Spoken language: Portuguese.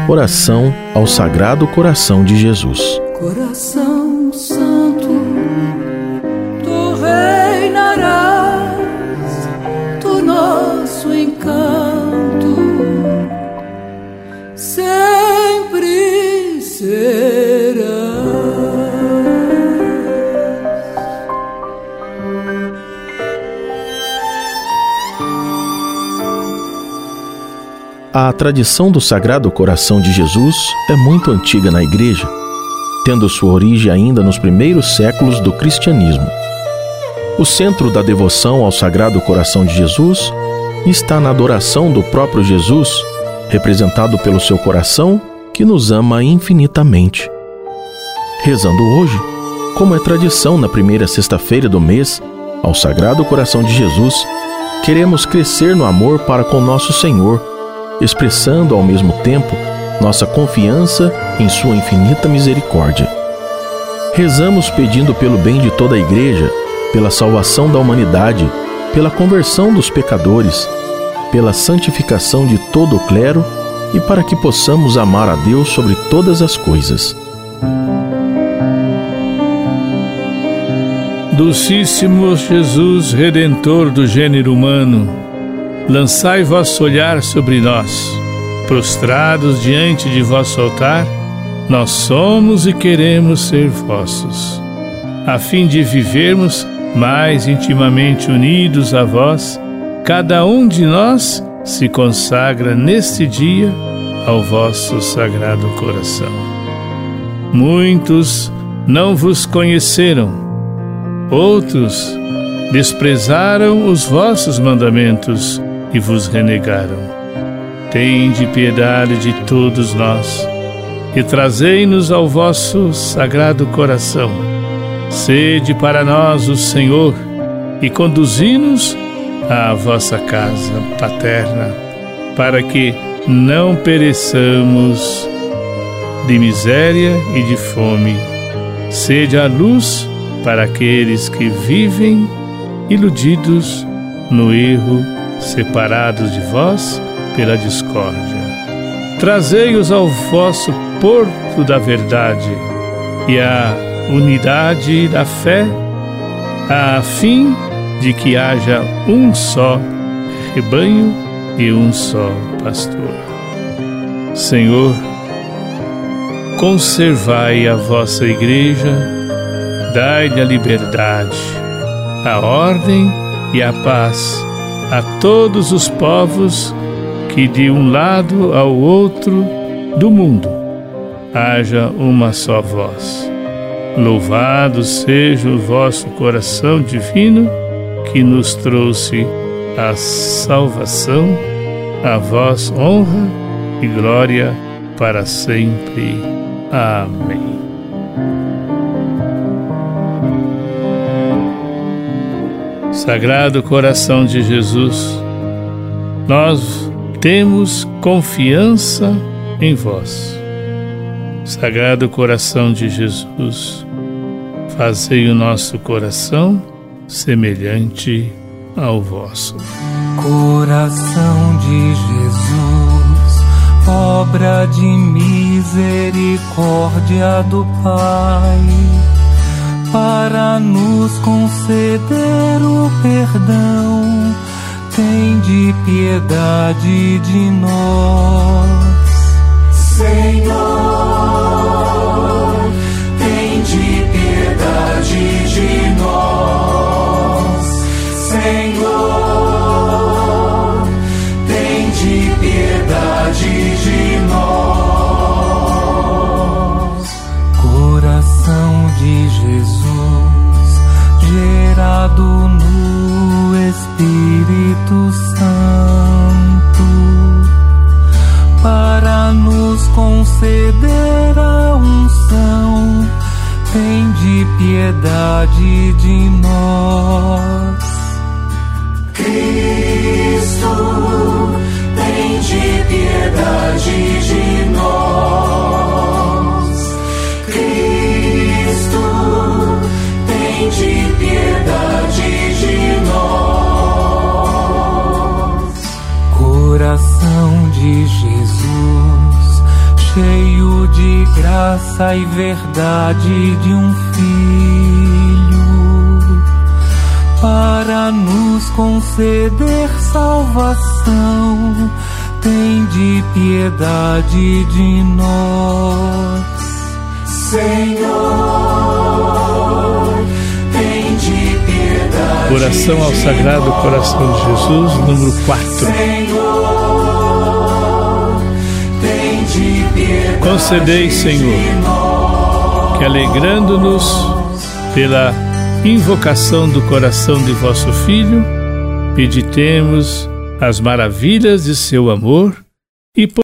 Oração ao Sagrado Coração de Jesus. Coração Santo, tu reinarás, tu nosso encanto, sempre serás. A tradição do Sagrado Coração de Jesus é muito antiga na Igreja, tendo sua origem ainda nos primeiros séculos do cristianismo. O centro da devoção ao Sagrado Coração de Jesus está na adoração do próprio Jesus, representado pelo seu coração, que nos ama infinitamente. Rezando hoje, como é tradição na primeira sexta-feira do mês, ao Sagrado Coração de Jesus, queremos crescer no amor para com nosso Senhor, expressando ao mesmo tempo nossa confiança em sua infinita misericórdia. Rezamos pedindo pelo bem de toda a Igreja, pela salvação da humanidade, pela conversão dos pecadores, pela santificação de todo o clero e para que possamos amar a Deus sobre todas as coisas. Docíssimo Jesus, Redentor do gênero humano, lançai vosso olhar sobre nós. Prostrados diante de vosso altar, nós somos e queremos ser vossos. A fim de vivermos mais intimamente unidos a vós, cada um de nós se consagra neste dia ao vosso Sagrado Coração. Muitos não vos conheceram, outros desprezaram os vossos mandamentos e vos renegaram. Tende piedade de todos nós e trazei-nos ao vosso Sagrado Coração. Sede para nós o Senhor e conduzi-nos à vossa casa paterna, para que não pereçamos de miséria e de fome. Sede a luz para aqueles que vivem iludidos no erro, separados de vós pela discórdia. Trazei-os ao vosso porto da verdade e à unidade da fé, a fim de que haja um só rebanho e um só pastor. Senhor, conservai a vossa Igreja, dai-lhe a liberdade, a ordem e a paz a todos os povos, que de um lado ao outro do mundo haja uma só voz. Louvado seja o vosso coração divino, que nos trouxe a salvação. A vós honra e glória para sempre. Amém. Sagrado Coração de Jesus, nós temos confiança em vós. Sagrado Coração de Jesus, fazei o nosso coração semelhante ao vosso. Coração de Jesus, obra de misericórdia do Pai, para nos conceder o perdão, tende piedade de nós. Senhor, tende piedade de nós. Senhor, tende piedade de nós. Coração de Jesus, gerado no Espírito Santo, para nos conceder a unção, tende piedade de nós. Cristo, tende piedade de nós. Cristo, tende piedade de nós. Coração de Jesus, graça e verdade de um Filho, para nos conceder salvação, tende piedade de nós. Senhor, tende piedade. Oração ao Sagrado Coração de Jesus, número 4. Senhor, tende piedade. Concedei, Senhor, que alegrando-nos pela invocação do coração de vosso Filho, meditemos as maravilhas de seu amor e